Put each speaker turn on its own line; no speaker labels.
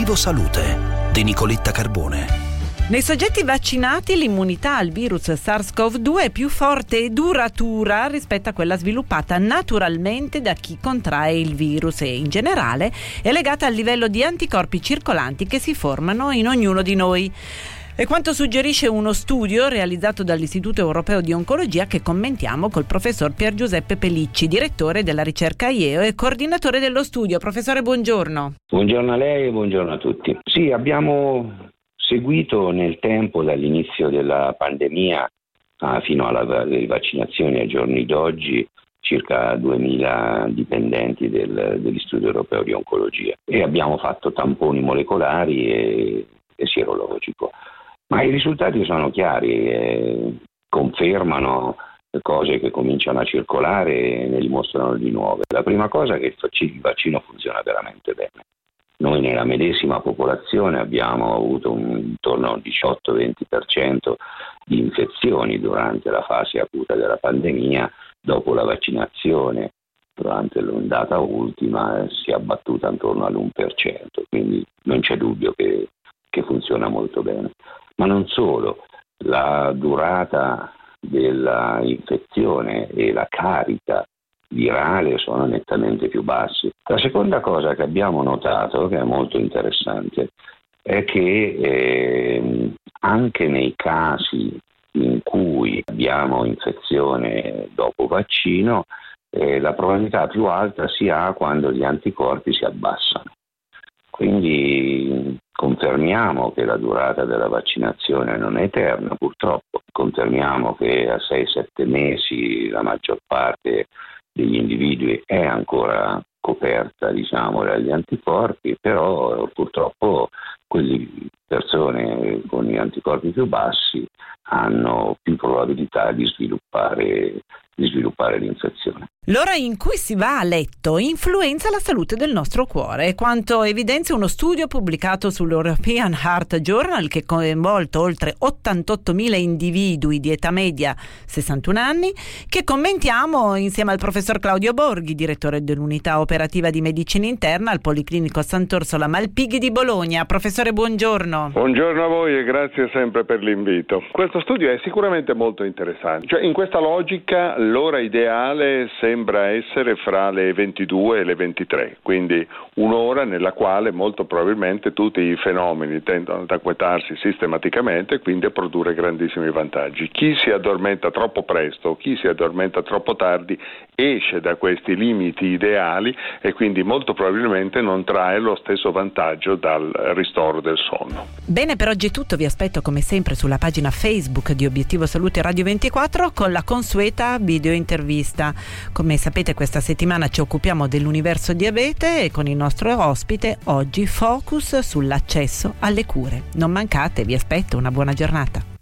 Obiettivo Salute di Nicoletta Carbone.
Nei soggetti vaccinati l'immunità al virus SARS-CoV-2 è più forte e duratura rispetto a quella sviluppata naturalmente da chi contrae il virus e in generale è legata al livello di anticorpi circolanti che si formano in ognuno di noi. È quanto suggerisce uno studio realizzato dall'Istituto Europeo di Oncologia che commentiamo col professor Pier Giuseppe Pelicci, direttore della ricerca IEO e coordinatore dello studio. Professore, buongiorno.
Buongiorno a lei e buongiorno a tutti. Sì, abbiamo seguito nel tempo, dall'inizio della pandemia fino alle vaccinazioni ai giorni d'oggi, circa 2000 dipendenti dell'Istituto Europeo di Oncologia e abbiamo fatto tamponi molecolari e sierologico. Ma i risultati sono chiari, confermano cose che cominciano a circolare e ne dimostrano di nuove. La prima cosa è che il vaccino funziona veramente bene. Noi nella medesima popolazione abbiamo avuto intorno al 18-20% di infezioni durante la fase acuta della pandemia. Dopo la vaccinazione, durante l'ondata ultima, si è abbattuta intorno all'1%, quindi non c'è dubbio che funziona molto bene. Ma non solo, la durata della infezione e la carica virale sono nettamente più bassi. La seconda cosa che abbiamo notato, che è molto interessante, è che anche nei casi in cui abbiamo infezione dopo vaccino, la probabilità più alta si ha quando gli anticorpi si abbassano. Quindi confermiamo che la durata della vaccinazione non è eterna, purtroppo. Confermiamo che a 6-7 mesi la maggior parte degli individui è ancora coperta, dagli anticorpi, però purtroppo quelle persone con gli anticorpi più bassi hanno più probabilità di sviluppare l'infezione.
L'ora in cui si va a letto influenza la salute del nostro cuore, quanto evidenzia uno studio pubblicato sull'European Heart Journal che ha coinvolto oltre 88.000 individui di età media 61 anni, che commentiamo insieme al professor Claudio Borghi, direttore dell'unità operativa di medicina interna al Policlinico Sant'Orsola Malpighi di Bologna. Professore, buongiorno.
Buongiorno a voi e grazie sempre per l'invito. Questo studio è sicuramente molto interessante. In questa logica l'ora ideale sembra essere fra le 22 e le 23, quindi un'ora nella quale molto probabilmente tutti i fenomeni tendono ad acquietarsi sistematicamente e quindi a produrre grandissimi vantaggi. Chi si addormenta troppo presto, chi si addormenta troppo tardi esce da questi limiti ideali e quindi molto probabilmente non trae lo stesso vantaggio dal ristoro del sonno.
Bene, per oggi è tutto. Vi aspetto come sempre sulla pagina Facebook di Obiettivo Salute Radio 24 con la consueta video intervista. Come sapete, questa settimana ci occupiamo dell'universo diabete e con il nostro ospite oggi focus sull'accesso alle cure. Non mancate, vi aspetto, una buona giornata.